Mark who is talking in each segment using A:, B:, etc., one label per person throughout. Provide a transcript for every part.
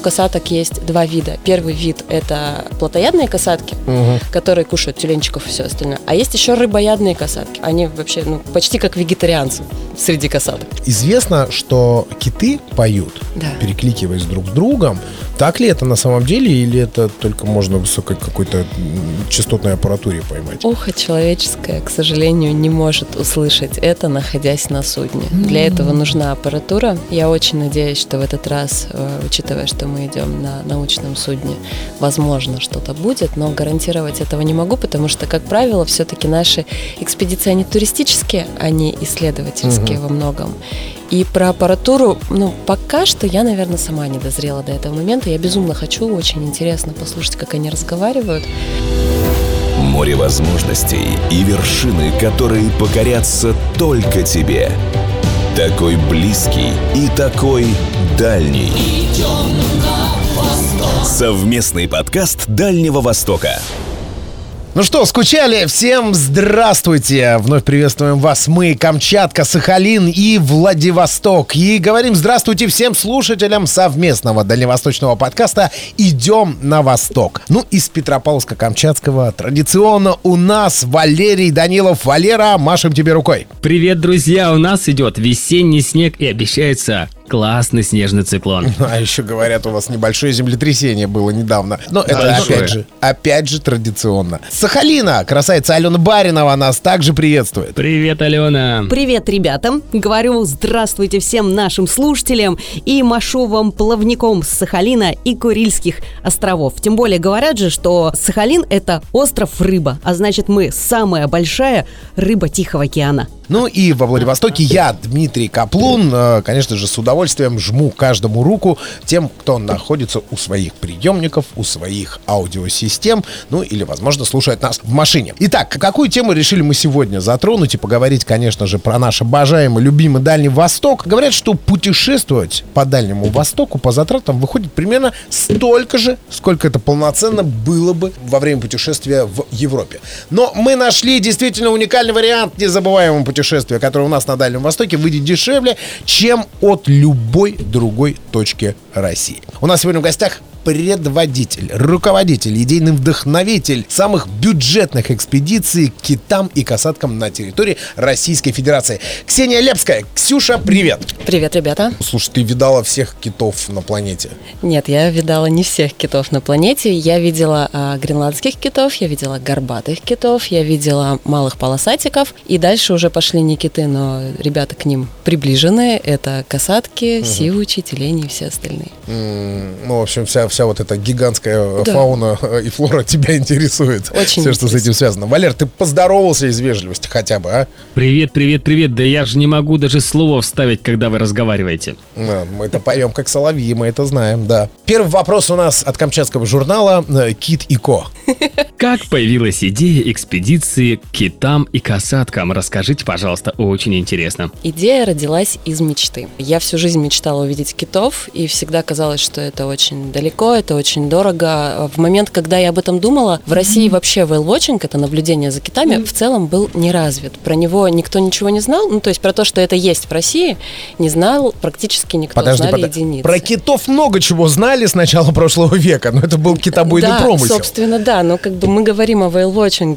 A: касаток есть два вида. Первый вид – это плотоядные касатки, которые кушают тюленчиков и все остальное. А есть еще рыбоядные касатки. Они вообще почти как вегетарианцы среди касаток.
B: Известно, что киты поют, перекликиваясь друг с другом. Так ли это на самом деле, или это только можно в высокой какой-то частотной аппаратуре поймать?
A: Ухо человеческое, к сожалению, не может услышать это, находясь на судне. Для этого нужна аппаратура. Я очень надеюсь, что в этот раз, учитывая, что мы идем на научном судне, возможно, что-то будет, но гарантировать этого не могу, потому что, как правило, все-таки наши экспедиции, они туристические, они исследовательские во многом. И про аппаратуру, пока что я, наверное, сама не дозрела до этого момента. Я безумно хочу, очень интересно послушать, как они разговаривают.
C: Море возможностей и вершины, которые покорятся только тебе. Такой близкий и такой дальний. Совместный подкаст Дальнего Востока.
B: Ну что, скучали? Всем здравствуйте! Вновь приветствуем вас мы, Камчатка, Сахалин и Владивосток. И говорим здравствуйте всем слушателям совместного дальневосточного подкаста «Идем на восток». Из Петропавловска-Камчатского традиционно у нас Валерий Данилов. Валера, машем тебе рукой.
D: Привет, друзья! У нас идет весенний снег и обещается классный снежный циклон.
B: А еще говорят, у вас небольшое землетрясение было недавно. Но это опять же традиционно. С Сахалина красавица Алена Баринова нас также приветствует.
D: Привет, Алена.
E: Привет, ребята. Говорю здравствуйте всем нашим слушателям и машу вам плавником с Сахалина и Курильских островов. Тем более говорят же, что Сахалин — это остров рыба, а значит, мы самая большая рыба Тихого океана.
B: И во Владивостоке я, Дмитрий Каплун, конечно же, с удовольствием жму каждому руку тем, кто находится у своих приемников, у своих аудиосистем, или, возможно, слушает нас в машине. Итак, какую тему решили мы сегодня затронуть и поговорить, конечно же, про наш обожаемый, любимый Дальний Восток. Говорят, что путешествовать по Дальнему Востоку по затратам выходит примерно столько же, сколько это полноценно было бы во время путешествия в Европе. Но мы нашли действительно уникальный вариант незабываемого путешествия, которое у нас на Дальнем Востоке выйдет дешевле, чем от любой другой точки России. У нас сегодня в гостях предводитель, руководитель, идейный вдохновитель самых бюджетных экспедиций к китам и касаткам на территории Российской Федерации. Ксения Лепская. Ксюша, привет.
A: Привет, ребята.
B: Слушай, ты видала всех китов на планете?
A: Нет, я видала не всех китов на планете. Я видела гренландских китов, я видела горбатых китов, я видела малых полосатиков. И дальше уже пошли не киты, но ребята к ним приближенные. Это касатки, сивучи, тюлени и все остальные.
B: В общем, вся вот эта гигантская фауна и флора тебя интересует.
A: Очень
B: все, что с этим связано. Валер, ты поздоровался из вежливости хотя бы, а?
D: Привет. Да я же не могу даже слова вставить, когда вы разговариваете.
B: Мы это поем как соловьи, мы это знаем, да. Первый вопрос у нас от камчатского журнала «Кит и Ко».
D: Как появилась идея экспедиции к китам и касаткам? Расскажите, пожалуйста, очень интересно.
A: Идея родилась из мечты. Я всю жизнь мечтала увидеть китов, и всегда казалось, что это очень далеко, это очень дорого. В момент, когда я об этом думала, в России вообще whale-watching, это наблюдение за китами, в целом был не развит. Про него никто ничего не знал, то есть про то, что это есть в России, не знал практически никто, знали единицы.
B: Про китов много чего знали с начала прошлого века, но это был китобойный промысел.
A: Собственно, да, но мы говорим о whale-watching,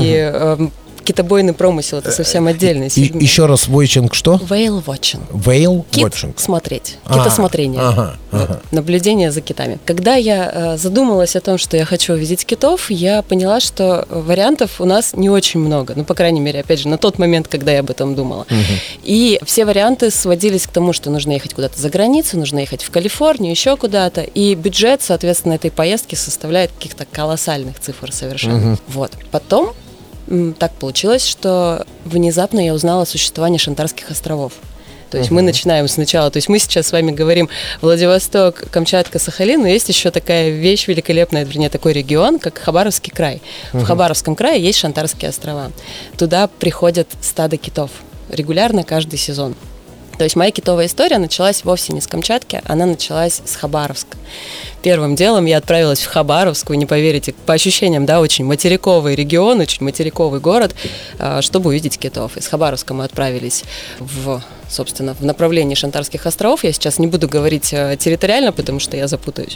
A: и китобойный промысел — это совсем отдельный сегмент.
B: Еще раз, watching что?
A: Whale-watching.
B: Whale-watching.
A: Кит смотреть. Китосмотрение. Наблюдение за китами. Когда я задумалась о том, что я хочу увидеть китов, я поняла, что вариантов у нас не очень много. По крайней мере, опять же, на тот момент, когда я об этом думала. И все варианты сводились к тому, что нужно ехать куда-то за границу, нужно ехать в Калифорнию, еще куда-то. И бюджет, соответственно, этой поездки составляет каких-то колоссальных цифр совершенно. Потом так получилось, что внезапно я узнала о существовании Шантарских островов. То есть мы начинаем сначала, то есть мы сейчас с вами говорим Владивосток, Камчатка, Сахалин, но есть еще такая вещь великолепная, вернее, такой регион, как Хабаровский край. В Хабаровском крае есть Шантарские острова. Туда приходят стадо китов регулярно каждый сезон. То есть моя китовая история началась вовсе не с Камчатки, она началась с Хабаровска. Первым делом я отправилась в Хабаровск, вы не поверите, по ощущениям, да, очень материковый регион, очень материковый город, чтобы увидеть китов. Из Хабаровска мы отправились собственно, в направлении Шантарских островов. Я сейчас не буду говорить территориально, потому что я запутаюсь.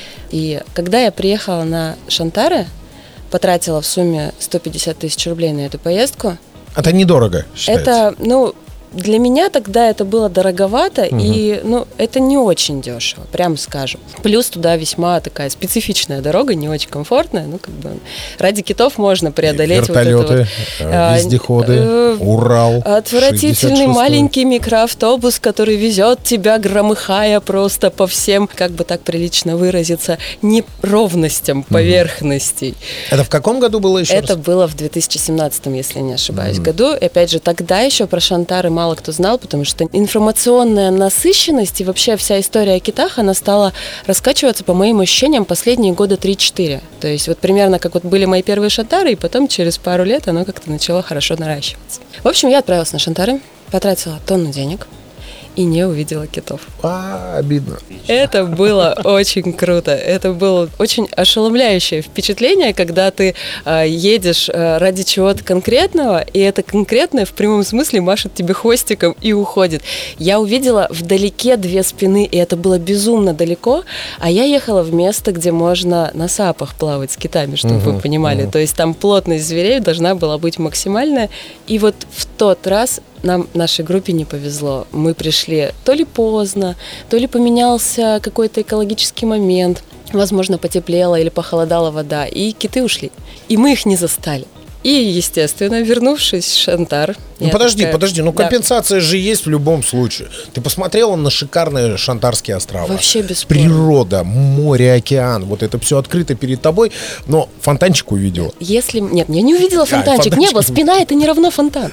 A: И когда я приехала на Шантары, потратила в сумме 150 тысяч рублей на эту поездку.
B: Это недорого, считается?
A: Это, для меня тогда это было дороговато, и, это не очень дешево, прямо скажем. Плюс туда весьма такая специфичная дорога, не очень комфортная, ради китов можно преодолеть
B: вертолеты, вездеходы, Урал.
A: Отвратительный маленький микроавтобус, который везет тебя, громыхая просто по всем, как бы так прилично выразиться, неровностям поверхностей.
B: Это в каком году было еще
A: Это было в 2017, если не ошибаюсь, году. И опять же, тогда еще про Шантары мало кто знал, потому что информационная насыщенность и вообще вся история о китах, она стала раскачиваться, по моим ощущениям, последние года 3-4. То есть примерно как были мои первые Шантары, и потом через пару лет оно как-то начало хорошо наращиваться. В общем, я отправилась на Шантары, потратила тонну денег и не увидела китов.
B: Обидно.
A: Это было очень круто. Это было очень ошеломляющее впечатление, когда ты едешь ради чего-то конкретного, и это конкретное в прямом смысле машет тебе хвостиком и уходит. Я увидела вдалеке 2 спины, и это было безумно далеко, а я ехала в место, где можно на сапах плавать с китами, чтобы вы понимали. То есть там плотность зверей должна была быть максимальная. И вот в тот раз нам, нашей группе, не повезло. Мы пришли то ли поздно, то ли поменялся какой-то экологический момент. Возможно, потеплела или похолодала вода, и киты ушли. И мы их не застали. И, естественно, вернувшись в Шантар...
B: Подожди, компенсация же есть в любом случае. Ты посмотрела на шикарные Шантарские острова.
A: Вообще бесспорно.
B: Природа, море, океан, вот это все открыто перед тобой, но фонтанчик увидела.
A: Нет, я не увидела фонтанчик, не было, спина это не равно фонтан.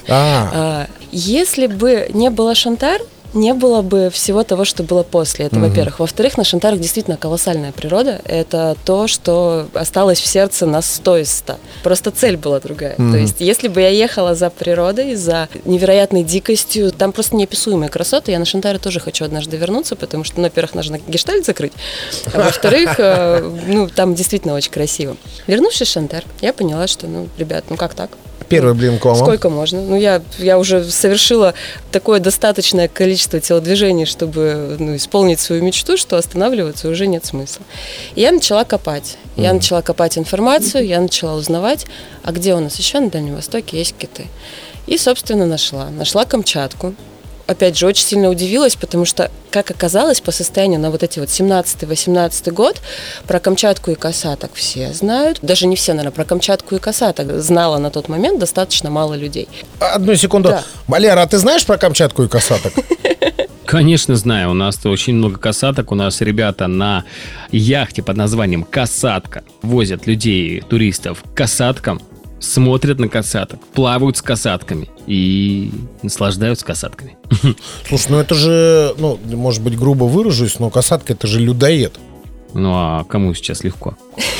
A: Если бы не было Шантар, не было бы всего того, что было после. Это, во-первых. Во-вторых, на Шантарах действительно колоссальная природа. Это то, что осталось в сердце на 100 из 100. Просто цель была другая. То есть, если бы я ехала за природой, за невероятной дикостью, там просто неописуемые красоты. Я на Шантары тоже хочу однажды вернуться, потому что, во-первых, нужно гештальт закрыть, а во-вторых, там действительно очень красиво. Вернувшись в Шантар, я поняла, что, ребят, как так?
B: Первый блин к вам.
A: Сколько можно? Я уже совершила такое достаточное количество телодвижений, чтобы исполнить свою мечту, что останавливаться уже нет смысла. И я начала копать. Я начала копать информацию, я начала узнавать, а где у нас еще на Дальнем Востоке есть киты. И, собственно, нашла Камчатку. Опять же, очень сильно удивилась, потому что, как оказалось, по состоянию на вот эти 17-18 год про Камчатку и касаток все знают. Даже не все, наверное, про Камчатку и касаток знало на тот момент достаточно мало людей.
B: Одну секунду. Да. Валера, а ты знаешь про Камчатку и касаток?
D: Конечно, знаю. У нас очень много касаток. У нас ребята на яхте под названием «Касатка» возят людей, туристов к касаткам, смотрят на касаток, плавают с касатками и наслаждаются касатками.
B: Слушай, это же, может быть, грубо выражусь, но касатка — это же людоед.
D: А кому сейчас легко?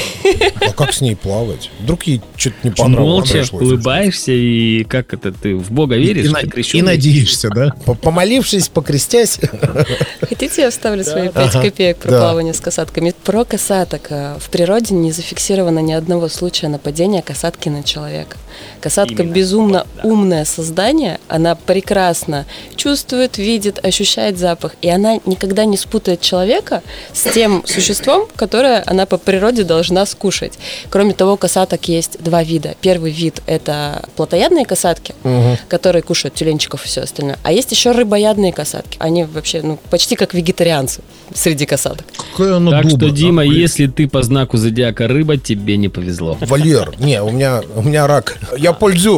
B: А как с ней плавать? Вдруг ей что-то не понравилось.
D: Молча улыбаешься, и как это, ты в Бога веришь?
B: И надеешься, да? Помолившись, покрестясь.
A: Хотите, я вставлю свои 5 копеек про плавание с касатками? Про касаток. В природе не зафиксировано ни одного случая нападения касатки на человека. Касатка безумно умное создание, она прекрасно чувствует, видит, ощущает запах, и она никогда не спутает человека с тем существом, которое она по природе должна скушать. Кроме того, касаток есть 2 вида. Первый вид – это плотоядные касатки, которые кушают тюленчиков и все остальное. А есть еще рыбоядные касатки. Они вообще почти как вегетарианцы среди касаток.
D: Так что, Дима, если ты по знаку зодиака рыба, тебе не повезло.
B: Валер, у меня рак. Я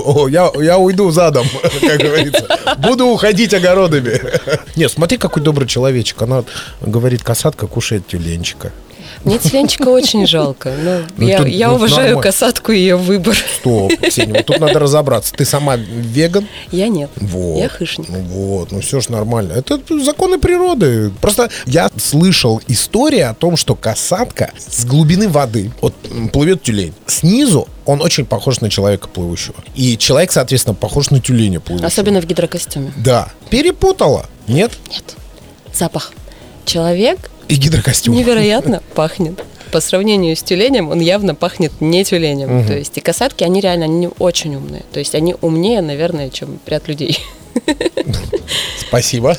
B: я уйду задом, как говорится. Буду уходить огородами. Нет, смотри, какой добрый человечек. Она говорит, касатка кушает тюленчика.
A: Мне тюленчика очень жалко. Но я уважаю касатку и ее выбор.
B: Стоп, Ксения, тут надо разобраться. Ты сама веган?
A: Я нет. Я хищник.
B: Все ж нормально. Это законы природы. Просто я слышал историю о том, что касатка с глубины воды, плывет тюлень, снизу он очень похож на человека плывущего. И человек, соответственно, похож на тюленя плывущего.
A: Особенно в гидрокостюме.
B: Да. Перепутала. Нет?
A: Нет. Запах. Человек
B: и гидрокостюм
A: невероятно пахнет. По сравнению с тюленем, он явно пахнет не тюленем.
B: Угу.
A: То есть и касатки, они реально они очень умные. То есть они умнее, наверное, чем ряд людей.
B: Спасибо.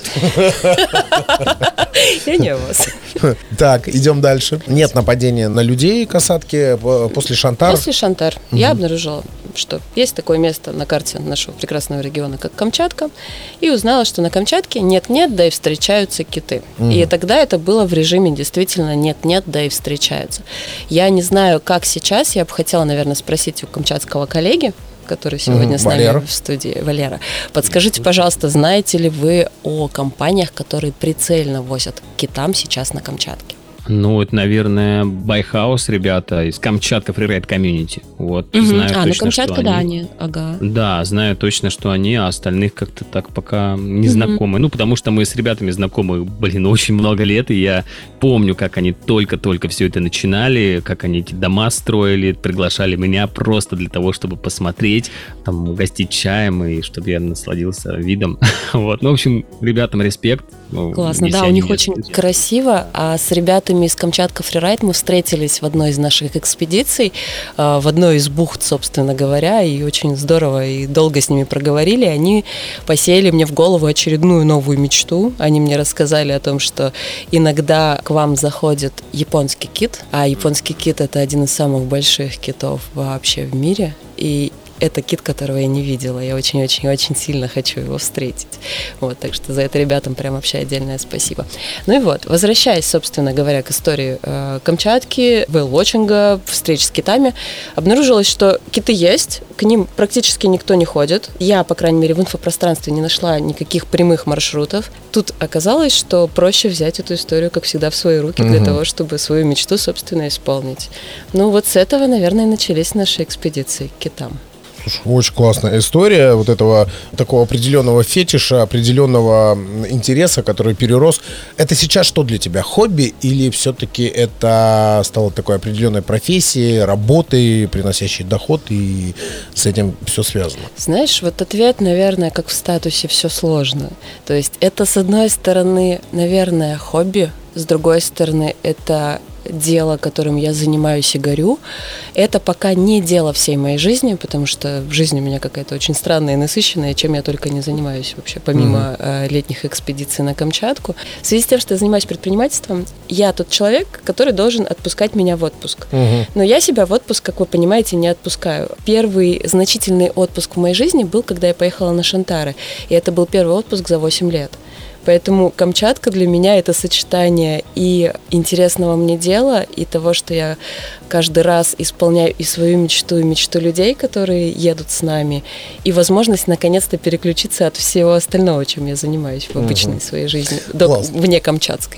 A: Я не о вас.
B: Так, идем дальше. Нет нападения на людей касатки после Шантар.
A: После Шантар я обнаружила, что есть такое место на карте нашего прекрасного региона, как Камчатка, и узнала, что на Камчатке нет-нет, да и встречаются киты. И тогда это было в режиме действительно нет-нет, да и встречаются. Я не знаю, как сейчас, я бы хотела, наверное, спросить у камчатского коллеги, который сегодня с нами в студии, Валера. Подскажите, пожалуйста, знаете ли вы о компаниях, которые прицельно возят китам сейчас на Камчатке?
D: Ну, это, наверное, Байхаус, ребята из Камчатка Freeride Community. Вот, знаю точно,
A: ну Камчатка,
D: что
A: да,
D: они...
A: ага.
D: Да, знаю точно, что они, а остальных как-то так пока не знакомы. Ну, потому что мы с ребятами знакомы, очень много лет, и я помню, как они только-только все это начинали, как они эти дома строили, приглашали меня просто для того, чтобы посмотреть, там, угостить чаем, и чтобы я насладился видом. Вот, ну, в общем, ребятам респект.
A: Классно, да, у них очень красиво, а с ребятами из Камчатка Freeride мы встретились в одной из наших экспедиций, в одной из бухт, собственно говоря, и очень здорово и долго с ними проговорили. Они посеяли мне в голову очередную новую мечту. Они мне рассказали о том, что иногда к вам заходит японский кит, а японский кит — это один из самых больших китов вообще в мире, и это кит, которого я не видела. Я очень-очень-очень сильно хочу его встретить. Вот, так что за это ребятам прям вообще отдельное спасибо. Ну и вот, возвращаясь, собственно говоря, к истории Камчатки, вейл-вотчинга, встреч с китами, обнаружилось, что киты есть, к ним практически никто не ходит. Я, по крайней мере, в инфопространстве не нашла никаких прямых маршрутов. Тут оказалось, что проще взять эту историю, как всегда, в свои руки для того, чтобы свою мечту, собственно, исполнить. Ну вот с этого, наверное, начались наши экспедиции к китам.
B: Очень классная история вот этого такого определенного фетиша, определенного интереса, который перерос. Это сейчас что для тебя? Хобби или все-таки это стало такой определенной профессией, работой, приносящей доход, и с этим все связано?
A: Знаешь, вот ответ, наверное, как в статусе «все сложно». То есть это, с одной стороны, наверное, хобби, с другой стороны, это дело, которым я занимаюсь и горю. Это пока не дело всей моей жизни, потому что жизнь у меня какая-то очень странная и насыщенная, чем я только не занимаюсь вообще, помимо летних экспедиций на Камчатку. В связи с тем, что я занимаюсь предпринимательством, я тот человек, который должен отпускать меня в отпуск. Но я себя в отпуск, как вы понимаете, не отпускаю. Первый значительный отпуск в моей жизни был, когда я поехала на Шантары, и это был первый отпуск за 8 лет. Поэтому Камчатка для меня — это сочетание и интересного мне дела, и того, что я каждый раз исполняю и свою мечту, и мечту людей, которые едут с нами, и возможность наконец-то переключиться от всего остального, чем я занимаюсь в обычной своей жизни, вне Камчатской.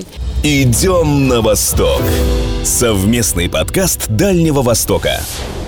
C: Идем на восток. Совместный подкаст Дальнего Востока.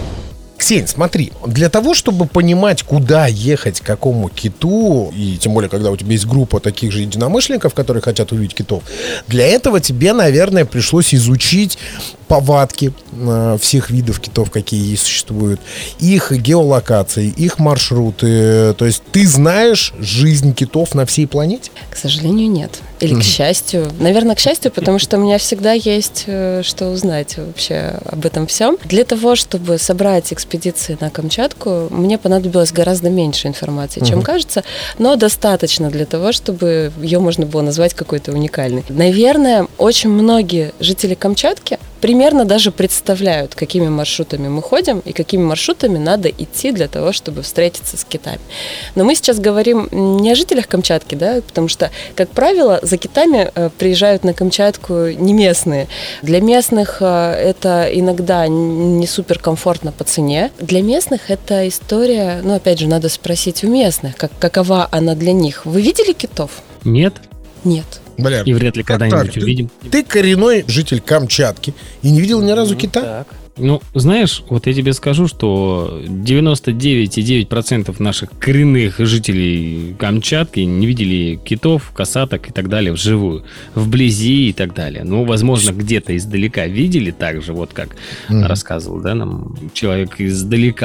B: Ксень, смотри, для того, чтобы понимать, куда ехать, к какому киту, и тем более, когда у тебя есть группа таких же единомышленников, которые хотят увидеть китов, для этого тебе, наверное, пришлось изучить повадки всех видов китов, какие существуют, их геолокации, их маршруты. То есть ты знаешь жизнь китов на всей планете?
A: К сожалению, нет. Или к счастью. Наверное, к счастью, потому что у меня всегда есть что узнать вообще об этом всем. Для того, чтобы собрать экспедиции на Камчатку, мне понадобилось гораздо меньше информации, чем кажется, но достаточно для того, чтобы ее можно было назвать какой-то уникальной. Наверное, очень многие жители Камчатки примерно даже представляют, какими маршрутами мы ходим и какими маршрутами надо идти для того, чтобы встретиться с китами. Но мы сейчас говорим не о жителях Камчатки, да, потому что, как правило, за китами приезжают на Камчатку не местные. Для местных это иногда не суперкомфортно по цене. Для местных это история, ну, опять же, надо спросить у местных, какова она для них. Вы видели китов?
D: Нет.
A: Нет.
B: Бля,
D: и вряд ли когда-нибудь увидим.
B: Ты коренной житель Камчатки и не видел ни разу кита?
D: Так. Ну, знаешь, вот я тебе скажу, что 99,9% наших коренных жителей Камчатки не видели китов, касаток и так далее вживую, вблизи и так далее. Ну, возможно, где-то издалека видели так же, вот как рассказывал, да, нам человек издалека.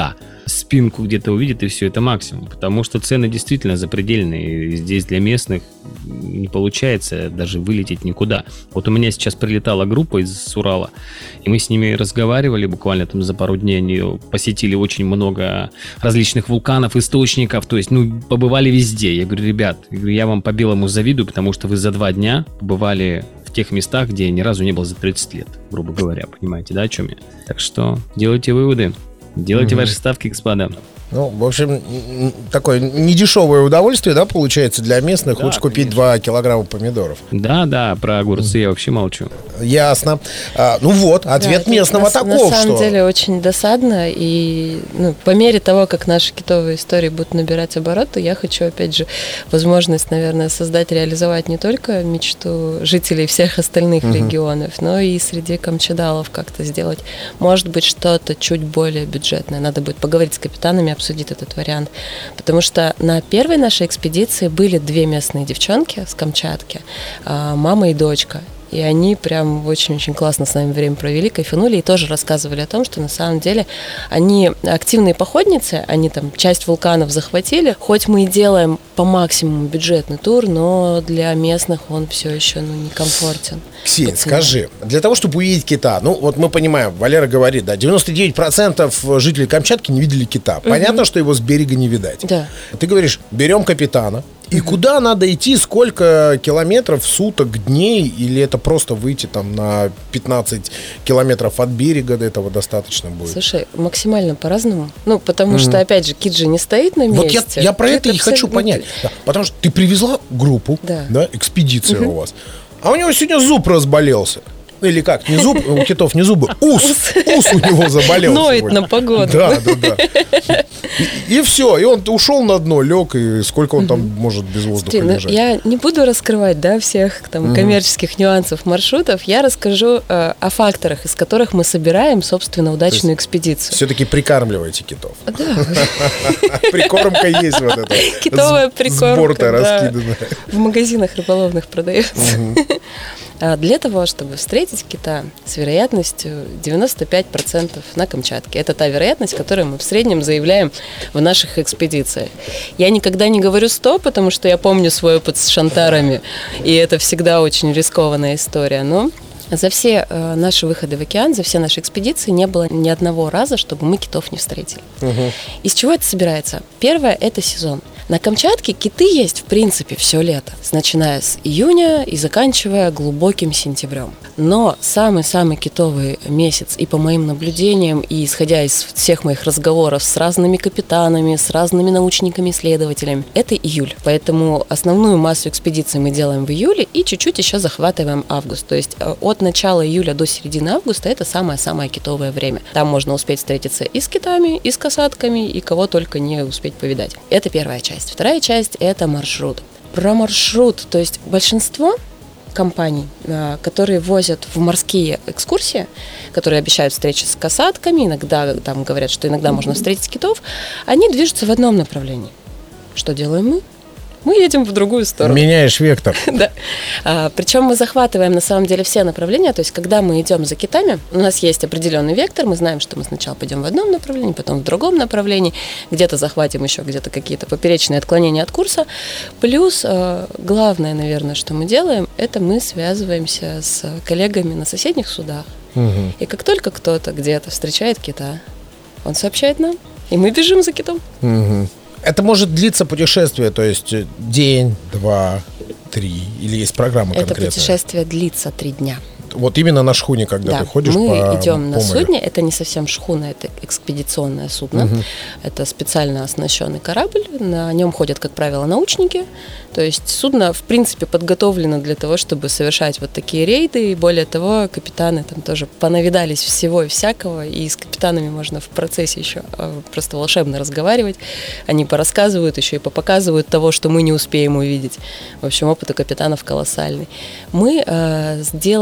D: спинку где-то увидит, и все, это максимум. Потому что цены действительно запредельные. И здесь для местных не получается даже вылететь никуда. Вот у меня сейчас прилетала группа из Урала, и мы с ними разговаривали буквально там за пару дней. Они посетили очень много различных вулканов, источников, то есть, побывали везде. Я говорю, ребят, я вам по-белому завидую, потому что вы за 2 дня побывали в тех местах, где я ни разу не был за 30 лет, грубо говоря. Понимаете, да, о чем я? Так что делайте выводы. Делайте ваши ставки, господа.
B: Ну, в общем, такое недешевое удовольствие, да, получается для местных. Да, лучше купить 2 килограмма помидоров.
D: Да, про огурцы я вообще молчу.
B: Ясно. Ответ местного таков,
A: на самом деле очень досадно. И по мере того, как наши китовые истории будут набирать обороты, я хочу, опять же, возможность, наверное, реализовать не только мечту жителей всех остальных регионов, но и среди камчадалов как-то сделать, может быть, что-то чуть более бюджетное. Надо будет поговорить с капитанами, обсудить этот вариант. Потому что на первой нашей экспедиции были 2 местные девчонки с Камчатки, мама и дочка. И они прям очень-очень классно с нами время провели, кайфанули и тоже рассказывали о том, что на самом деле они активные походницы, они там часть вулканов захватили. Хоть мы и делаем по максимуму бюджетный тур, но для местных он все еще некомфортен.
B: Ксения, скажи, для того, чтобы увидеть кита, мы понимаем, Валера говорит, 99% жителей Камчатки не видели кита. Понятно, что его с берега не видать.
A: Да.
B: Ты говоришь, берем капитана. И куда надо идти, сколько километров в суток, дней, или это просто выйти там на 15 километров от берега, до этого достаточно будет?
A: Слушай, максимально по-разному. Потому что, опять же, кит же не стоит на месте.
B: Вот я про это и хочу понять. Да, потому что ты привезла группу, да, экспедиция у вас, а у него сегодня зуб разболелся. Или как, не зуб, у китов не зубы, ус у него заболел.
A: Ноет на погоду.
B: Да. И все, и он ушел на дно, лег, и сколько он там может без воздуха лежать.
A: Я не буду раскрывать, всех там коммерческих нюансов маршрутов, я расскажу о факторах, из которых мы собираем, собственно, удачную экспедицию.
B: Все-таки прикармливаете китов.
A: Да.
B: Прикормка есть вот эта.
A: Китовая прикормка.
B: С борта раскиданная.
A: В магазинах рыболовных продается. Для того, чтобы встретить кита с вероятностью 95% на Камчатке. Это та вероятность, которую мы в среднем заявляем в наших экспедициях. Я никогда не говорю 100, потому что я помню свой опыт с шантарами, и это всегда очень рискованная история. Но за все наши выходы в океан, за все наши экспедиции не было ни одного раза, чтобы мы китов не встретили. Из чего это собирается? Первое – это сезон. На Камчатке киты есть, в принципе, все лето, начиная с июня и заканчивая глубоким сентябрем. Но самый-самый китовый месяц, и по моим наблюдениям, и исходя из всех моих разговоров с разными капитанами, с разными научниками-исследователями, это июль. Поэтому основную массу экспедиций мы делаем в июле и чуть-чуть еще захватываем август. То есть от начала июля до середины августа это самое-самое китовое время. Там можно успеть встретиться и с китами, и с касатками, и кого только не успеть повидать. Это первая часть. Вторая часть – это маршрут. Про маршрут, то есть большинство компаний, которые возят в морские экскурсии, которые обещают встречи с касатками, иногда там говорят, что иногда можно встретить китов, они движутся в одном направлении. Что делаем мы? Мы едем в другую сторону.
B: Меняешь вектор.
A: Да. Причем мы захватываем на самом деле все направления. То есть, когда мы идем за китами, у нас есть определенный вектор. Мы знаем, что мы сначала пойдем в одном направлении, потом в другом направлении. Где-то захватим еще где-то какие-то поперечные отклонения от курса. Плюс, главное, наверное, что мы делаем, это мы связываемся с коллегами на соседних судах. И как только кто-то где-то встречает кита, он сообщает нам, и мы бежим за китом.
B: Это может длиться путешествие, то есть день, 2, 3, или есть программа конкретная?
A: Это путешествие длится 3 дня.
B: Вот именно на шхуне, когда ты ходишь
A: мы
B: по
A: идем на
B: морю.
A: судне, это не совсем шхуна, это экспедиционное судно. Это специально оснащенный корабль, на нем ходят, как правило, научники. То есть судно, в принципе, подготовлено для того, чтобы совершать вот такие рейды, и более того, капитаны там тоже понавидались всего и всякого, и с капитанами можно в процессе еще просто волшебно разговаривать. Они порассказывают, еще и попоказывают того, что мы не успеем увидеть. В общем, опыт у капитанов колоссальный. Мы сделали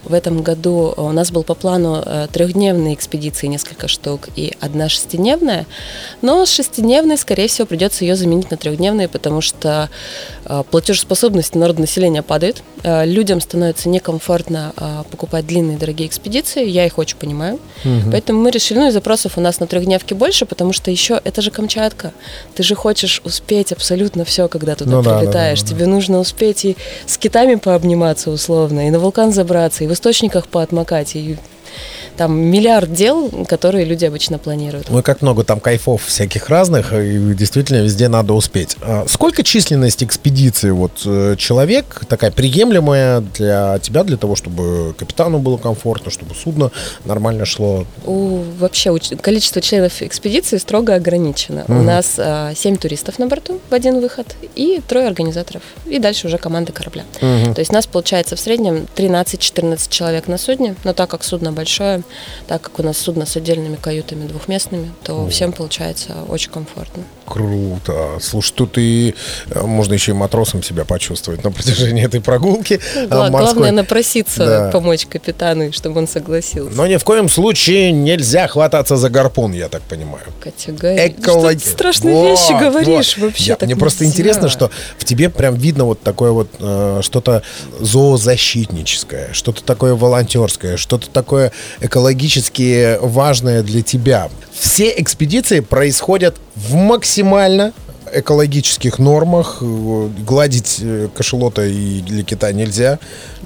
A: В этом году у нас был по плану 3-дневные экспедиции, несколько штук, и 1 6-дневная. Но с 6-дневной, скорее всего, придется ее заменить на 3-дневные, потому что платежеспособность народонаселения падает. Людям становится некомфортно покупать длинные дорогие экспедиции. Я их очень понимаю. Поэтому мы решили, и запросов у нас на 3-дневке больше, потому что еще это же Камчатка. Ты же хочешь успеть абсолютно все, когда туда прилетаешь. Тебе нужно успеть и с китами пообниматься условно, и на вулкан забраться, и в источниках поотмокать, и там миллиард дел, которые люди обычно планируют.
B: Ну и как много там кайфов всяких разных, и действительно везде надо успеть. Сколько численность экспедиции человек такая приемлемая для тебя, для того, чтобы капитану было комфортно, чтобы судно нормально шло?
A: Вообще количество членов экспедиции строго ограничено. У нас 7 туристов на борту в один выход и 3 организаторов. И дальше уже команда корабля. То есть у нас получается в среднем 13-14 человек на судне, но так как судно большое, так как у нас судно с отдельными каютами двухместными, то всем получается очень комфортно.
B: Круто. Слушай, тут и можно еще и матросом себя почувствовать на протяжении этой прогулки.
A: Главное напроситься помочь капитану, чтобы он согласился.
B: Но ни в коем случае нельзя хвататься за гарпун, я так понимаю.
A: Что ты страшные вещи говоришь вообще.
B: Мне просто интересно, что в тебе прям видно такое что-то зоозащитническое, что-то такое волонтерское, что-то такое экологически важное для тебя. Все экспедиции происходят в максимально экологических нормах. Гладить кашалота или кита нельзя.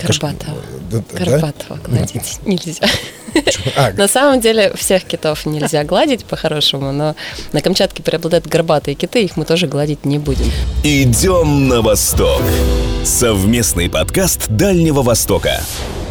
A: Горбатого гладить нельзя. На самом деле всех китов нельзя гладить по-хорошему, но на Камчатке преобладают горбатые киты, их мы тоже гладить не будем.
C: Идем на восток. Совместный подкаст Дальнего Востока.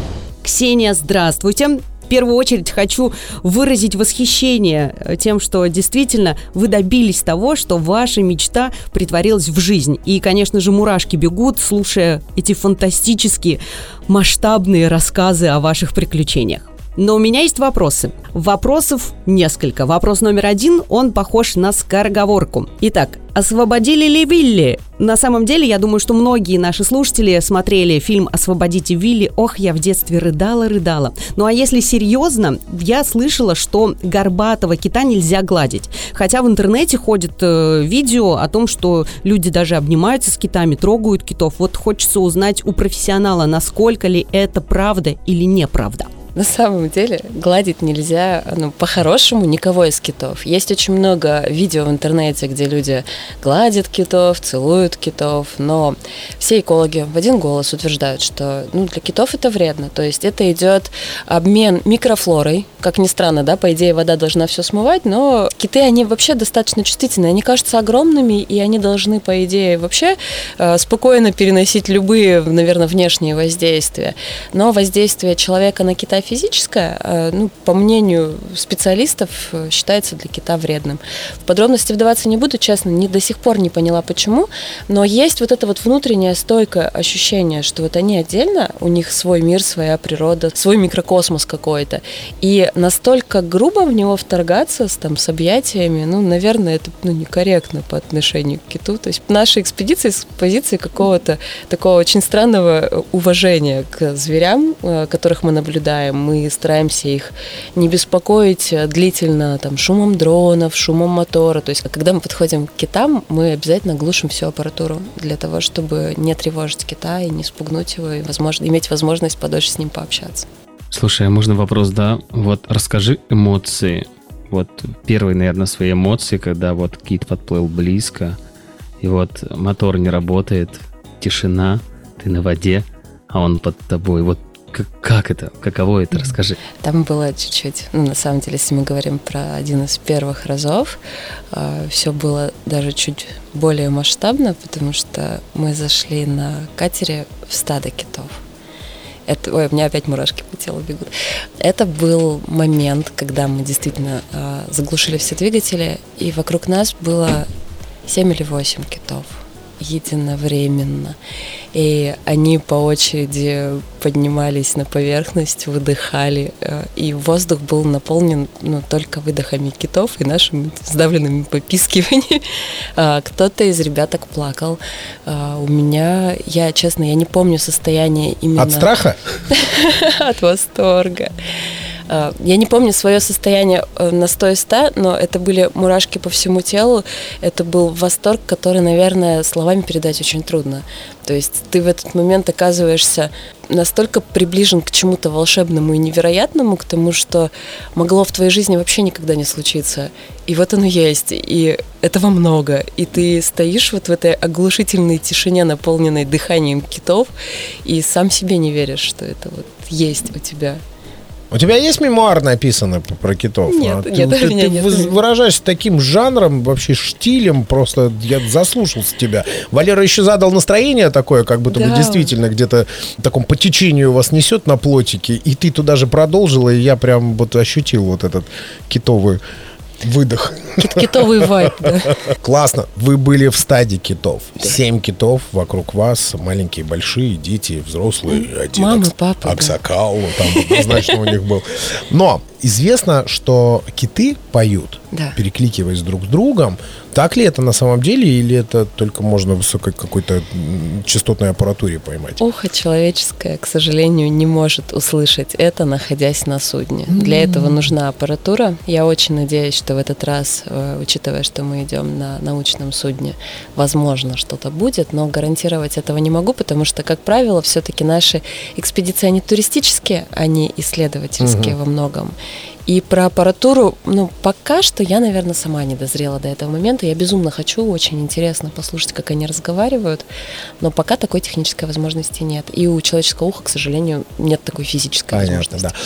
E: Ксения, здравствуйте. В первую очередь хочу выразить восхищение тем, что действительно вы добились того, что ваша мечта притворилась в жизнь. И, конечно же, мурашки бегут, слушая эти фантастические масштабные рассказы о ваших приключениях. Но у меня есть вопросы. Вопросов несколько. Вопрос номер 1, он похож на скороговорку. Итак, освободили ли Вилли? На самом деле, я думаю, что многие наши слушатели смотрели фильм «Освободите Вилли». Ох, я в детстве рыдала. Ну а если серьезно, я слышала, что горбатого кита нельзя гладить. Хотя в интернете ходит видео о том, что люди даже обнимаются с китами, трогают китов. Вот хочется узнать у профессионала, насколько ли это правда или неправда.
A: На самом деле гладить нельзя, по-хорошему, никого из китов. Есть очень много видео в интернете, где люди гладят китов, целуют китов, но все экологи в один голос утверждают, что для китов это вредно. То есть это идет обмен микрофлорой. Как ни странно, по идее вода должна все смывать, но киты, они вообще достаточно чувствительные. Они кажутся огромными, и они должны, по идее, вообще спокойно переносить любые, наверное, внешние воздействия. Но воздействие человека на кита физическое, по мнению специалистов, считается для кита вредным. В подробности вдаваться не буду, честно, до сих пор не поняла, почему, но есть это внутреннее стойкое ощущение, что они отдельно, у них свой мир, своя природа, свой микрокосмос какой-то, и настолько грубо в него вторгаться с объятиями, наверное, это некорректно по отношению к киту. То есть наши экспедиции с позиции какого-то такого очень странного уважения к зверям, которых мы наблюдаем. Мы стараемся их не беспокоить длительно шумом дронов, шумом мотора. То есть, когда мы подходим к китам, мы обязательно глушим всю аппаратуру для того, чтобы не тревожить кита и не спугнуть его, и иметь возможность подольше с ним пообщаться.
D: Слушай, а можно вопрос, расскажи эмоции. Первые, наверное, свои эмоции, когда кит подплыл близко, и мотор не работает, тишина, ты на воде, а он под тобой. Как это? Каково это? Расскажи.
A: Там было чуть-чуть, на самом деле, если мы говорим про один из первых разов, все было даже чуть более масштабно, потому что мы зашли на катере в стадо китов. У меня опять мурашки по телу бегут. Это был момент, когда мы действительно заглушили все двигатели, и вокруг нас было 7 или 8 китов. единовременно. И они по очереди поднимались на поверхность, выдыхали, и воздух был наполнен только выдохами китов и нашими сдавленными попискиваниями. Кто-то из ребяток плакал. У меня, честно, я не помню состояние именно...
B: От страха?
A: От восторга. Я не помню свое состояние на 100 из 100, но это были мурашки по всему телу. Это был восторг, который, наверное, словами передать очень трудно. То есть ты в этот момент оказываешься настолько приближен к чему-то волшебному и невероятному, к тому, что могло в твоей жизни вообще никогда не случиться. И вот оно есть, и этого много. И ты стоишь вот в этой оглушительной тишине, наполненной дыханием китов, и сам себе не веришь, что это вот есть у тебя.
B: У тебя есть мемуар написано про китов?
A: Нет,
B: ты
A: нет.
B: выражаешься таким жанром, вообще штилем, просто я заслушался тебя. Валера еще задал настроение такое, как будто бы действительно где-то в таком по течению вас несет на плотике, и ты туда же продолжила, и я прям вот ощутил вот этот китовый выдох.
A: Китовый вайб, да.
B: Классно. Вы были в стаде китов. 7 китов вокруг вас. Маленькие, большие, дети, взрослые. Один
A: мама, папа.
B: Аксакал. Там однозначно у них был. Но известно, что киты поют, перекликиваясь друг с другом. Так ли это на самом деле, или это только можно в высокой какой-то частотной аппаратуре поймать?
A: Ухо человеческое, к сожалению, не может услышать это, находясь на судне. Для этого нужна аппаратура. Я очень надеюсь, что в этот раз, учитывая, что мы идем на научном судне, возможно, что-то будет, но гарантировать этого не могу, потому что, как правило, все-таки наши экспедиции, они туристические, они исследовательские во многом. И про аппаратуру, пока что я, наверное, сама не дозрела до этого момента. Я безумно хочу, очень интересно послушать, как они разговаривают, но пока такой технической возможности нет. И у человеческого уха, к сожалению, нет такой физической возможности.
B: Да.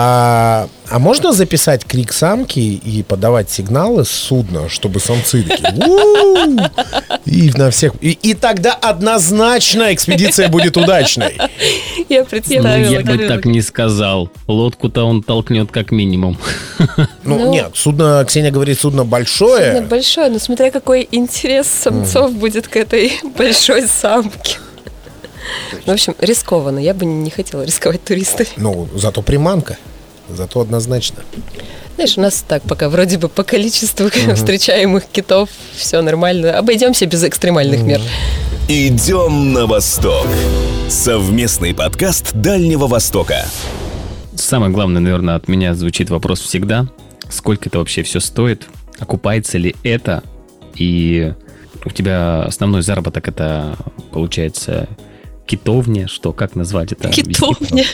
B: А можно записать крик самки и подавать сигналы с судна, чтобы самцы такие и на всех... И тогда однозначно экспедиция будет удачной.
A: Я представила.
D: Я бы так не сказал. Лодку-то он толкнет как минимум.
B: Нет, судно, Ксения говорит, судно большое.
A: Судно большое, но смотря какой интерес самцов будет к этой большой самке. В общем, рискованно. Я бы не хотела рисковать туристами.
B: Зато приманка. Зато однозначно.
A: Знаешь, у нас так пока вроде бы по количеству встречаемых китов все нормально. Обойдемся без экстремальных мер.
C: Идем на восток. Совместный подкаст Дальнего Востока.
D: Самое главное, наверное, от меня звучит вопрос всегда. Сколько это вообще все стоит? Окупается ли это? И у тебя основной заработок — это, получается, китовня? Что, как назвать это?
A: Китовня.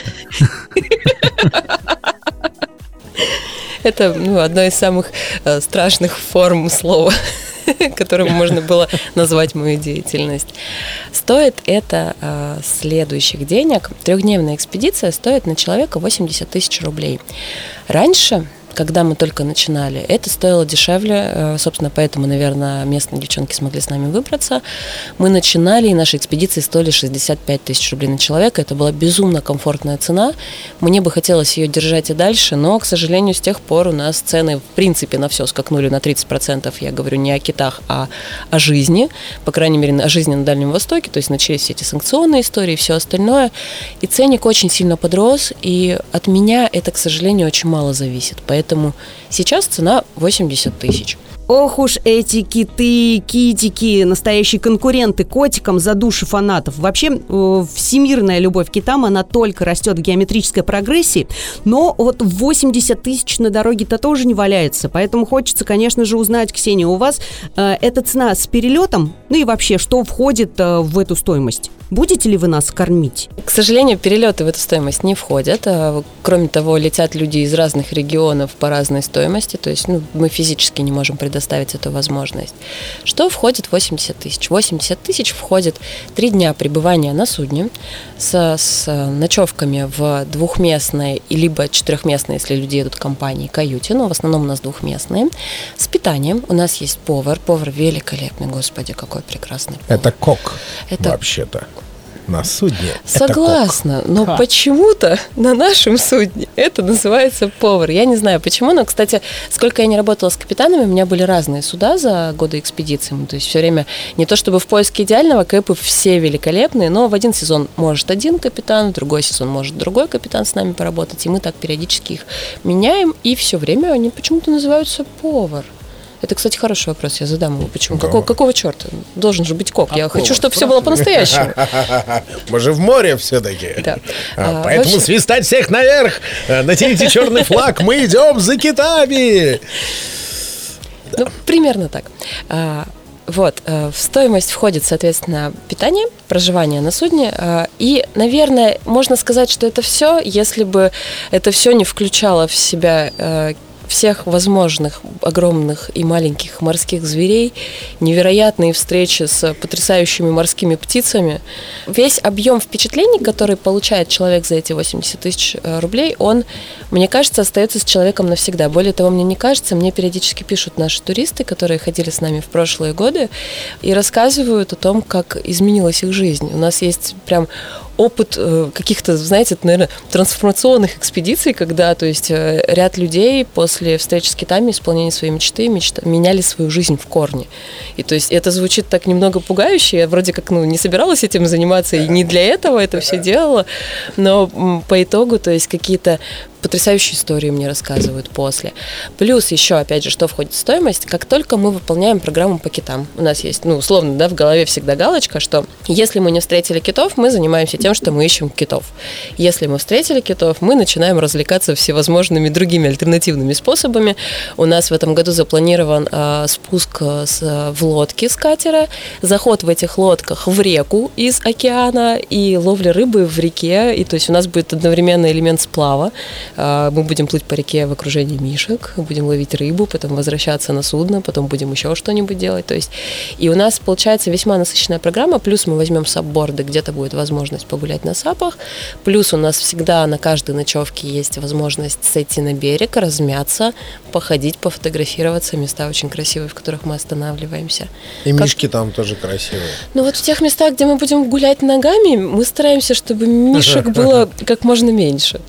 A: Это одна из самых страшных форм слова, которым можно было назвать мою деятельность. Стоит это следующих денег. 3-дневная экспедиция стоит на человека 80 тысяч рублей. Раньше, когда мы только начинали, это стоило дешевле. Собственно, поэтому, наверное, местные девчонки смогли с нами выбраться. Мы начинали, и наши экспедиции стоили 65 тысяч рублей на человека. Это была безумно комфортная цена. Мне бы хотелось ее держать и дальше, но, к сожалению, с тех пор у нас цены, в принципе, на все скакнули на 30%. Я говорю не о китах, а о жизни. По крайней мере, о жизни на Дальнем Востоке. То есть начались все эти санкционные истории и все остальное. И ценник очень сильно подрос, и от меня это, к сожалению, очень мало зависит. Поэтому сейчас цена 80 тысяч.
E: Ох уж эти киты, китики, настоящие конкуренты котикам за души фанатов. Вообще, всемирная любовь к китам, она только растет в геометрической прогрессии, но вот 80 тысяч на дороге-то тоже не валяется. Поэтому хочется, конечно же, узнать, Ксения, у вас эта цена с перелетом, и вообще, что входит в эту стоимость? Будете ли вы нас кормить?
A: К сожалению, перелеты в эту стоимость не входят. Кроме того, летят люди из разных регионов по разной стоимости. То есть мы физически не можем предоставить эту возможность. Что входит в 80 тысяч? 80 тысяч входит 3 дня пребывания на судне с ночевками в двухместной, либо четырехместной, если люди едут компанией, каюте. Но в основном у нас двухместные. С питанием. У нас есть повар. Повар великолепный. Господи, какой прекрасный повар.
B: Это кок, вообще-то. на судне
A: Согласна, но почему-то на нашем судне это называется повар. Я не знаю почему, но, кстати, сколько я не работала с капитанами, у меня были разные суда за годы экспедиции. То есть все время не то чтобы в поиске идеального, кэпы все великолепные, но в один сезон может один капитан, в другой сезон может другой капитан с нами поработать, и мы так периодически их меняем, и все время они почему-то называются повар. Это, кстати, хороший вопрос, я задам его. Почему? Да. Какого черта? Должен же быть кок. Я хочу, чтобы все было по-настоящему.
B: Мы же в море все-таки.
A: Да.
B: Поэтому свистать всех наверх, натяните черный флаг, мы идем за китами.
A: Ну, примерно так. Вот, в стоимость входит, соответственно, питание, проживание на судне. И, наверное, можно сказать, что это все, если бы это все не включало в себя всех возможных огромных и маленьких морских зверей, невероятные встречи с потрясающими морскими птицами. Весь объем впечатлений, который получает человек за эти 80 тысяч рублей, он, мне кажется, остается с человеком навсегда. Более того, мне не кажется, мне периодически пишут наши туристы, которые ходили с нами в прошлые годы, и рассказывают о том, как изменилась их жизнь. У нас есть прям опыт каких-то, знаете, наверное, трансформационных экспедиций, когда, то есть, ряд людей после встречи с китами, исполнения своей мечты меняли свою жизнь в корне. И то есть это звучит так немного пугающе. Я вроде как не собиралась этим заниматься и не для этого это все делала, но по итогу, то есть какие-то потрясающие истории мне рассказывают после. Плюс еще, опять же, что входит в стоимость, как только мы выполняем программу по китам. У нас есть, условно, да, в голове всегда галочка, что если мы не встретили китов, мы занимаемся тем, что мы ищем китов. Если мы встретили китов, мы начинаем развлекаться всевозможными другими альтернативными способами. У нас в этом году запланирован спуск в лодке с катера, заход в этих лодках в реку из океана и ловля рыбы в реке. И то есть у нас будет одновременно элемент сплава. Мы будем плыть по реке в окружении мишек, будем ловить рыбу, потом возвращаться на судно, потом будем еще что-нибудь делать. То есть, и у нас получается весьма насыщенная программа, плюс мы возьмем сапборды, где-то будет возможность погулять на сапах, плюс у нас всегда на каждой ночевке есть возможность сойти на берег, размяться, походить, пофотографироваться, места очень красивые, в которых мы останавливаемся.
B: И мишки там тоже красивые.
A: Ну вот в тех местах, где мы будем гулять ногами, мы стараемся, чтобы мишек было как можно меньше.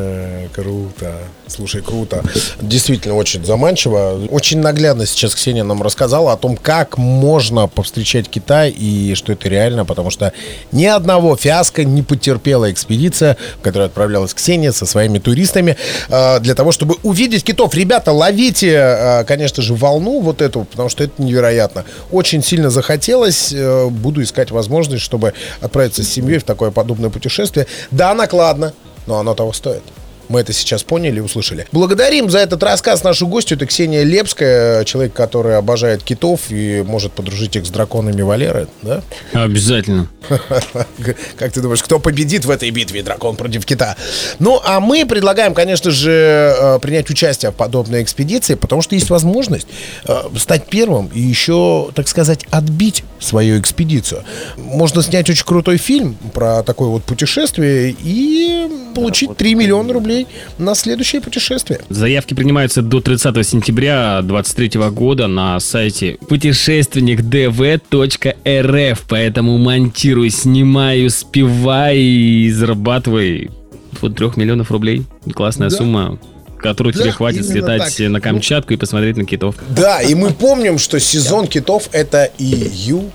B: Круто. Слушай, круто. Действительно очень заманчиво. Очень наглядно сейчас Ксения нам рассказала о том, как можно повстречать Китай и что это реально, потому что ни одного фиаско не потерпела экспедиция, в которую отправлялась Ксения со своими туристами для того, чтобы увидеть китов. Ребята, ловите, конечно же, волну вот эту, потому что это невероятно. Очень сильно захотелось. Буду искать возможность, чтобы отправиться с семьей в такое подобное путешествие. Да, накладно, но оно того стоит. Мы это сейчас поняли и услышали. Благодарим за этот рассказ нашу гостью. Это Ксения Лепская, человек, который обожает китов и может подружить их с драконами Валеры, да?
D: Обязательно.
B: Как ты думаешь, кто победит в этой битве, дракон против кита? Ну, а мы предлагаем, конечно же, принять участие в подобной экспедиции, потому что есть возможность стать первым и еще, так сказать, отбить свою экспедицию. Можно снять очень крутой фильм про такое вот путешествие и получить 3 миллиона рублей на следующее путешествие.
D: Заявки принимаются до 30 сентября 2023 года на сайте путешественникдв.рф. Поэтому монтируй, снимай, успевай и зарабатывай. Вот 3 миллионов рублей. Классная сумма, которую тебе хватит слетать так на Камчатку и посмотреть на китов.
B: Да, и мы помним, что сезон китов — это июль.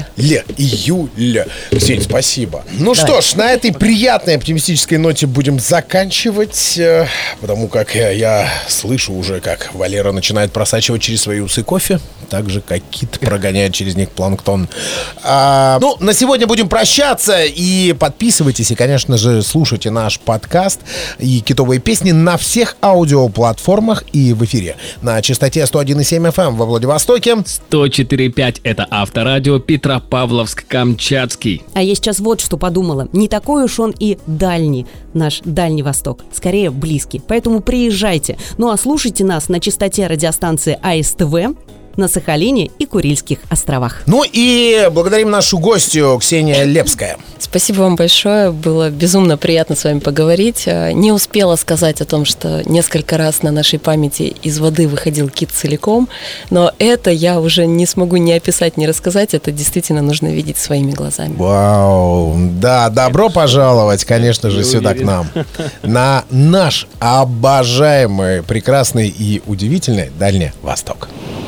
B: Ксения, спасибо. Ну что ж, на этой приятной оптимистической ноте будем заканчивать, потому как я слышу уже, как Валера начинает просачивать через свои усы кофе, так же, как кит прогоняет через них планктон. Ну, на сегодня будем прощаться, и подписывайтесь, и, конечно же, слушайте наш подкаст и китовые песни на всех аудиоплатформах и в эфире. На частоте 101,7 FM во Владивостоке.
D: 104,5 это Авторадио Петропавловск-Камчатский.
E: А я сейчас вот что подумала. Не такой уж он и дальний, наш Дальний Восток. Скорее, близкий. Поэтому приезжайте. Ну а слушайте нас на частоте радиостанции АСТВ. на Сахалине и Курильских островах.
B: Ну и благодарим нашу гостью Ксения Лепская.
A: Спасибо вам большое, было безумно приятно с вами поговорить. Не успела сказать о том, что несколько раз на нашей памяти из воды выходил кит целиком, но это я уже не смогу ни описать, ни рассказать, это действительно нужно видеть своими глазами.
B: Вау, да, добро пожаловать, конечно же, сюда к нам, на наш обожаемый, прекрасный и удивительный Дальний Восток.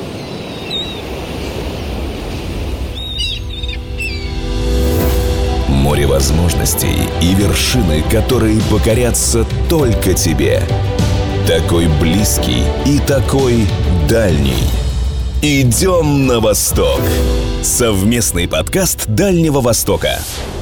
C: Море возможностей и вершины, которые покорятся только тебе. Такой близкий и такой дальний. Идем на восток. Совместный подкаст Дальнего Востока.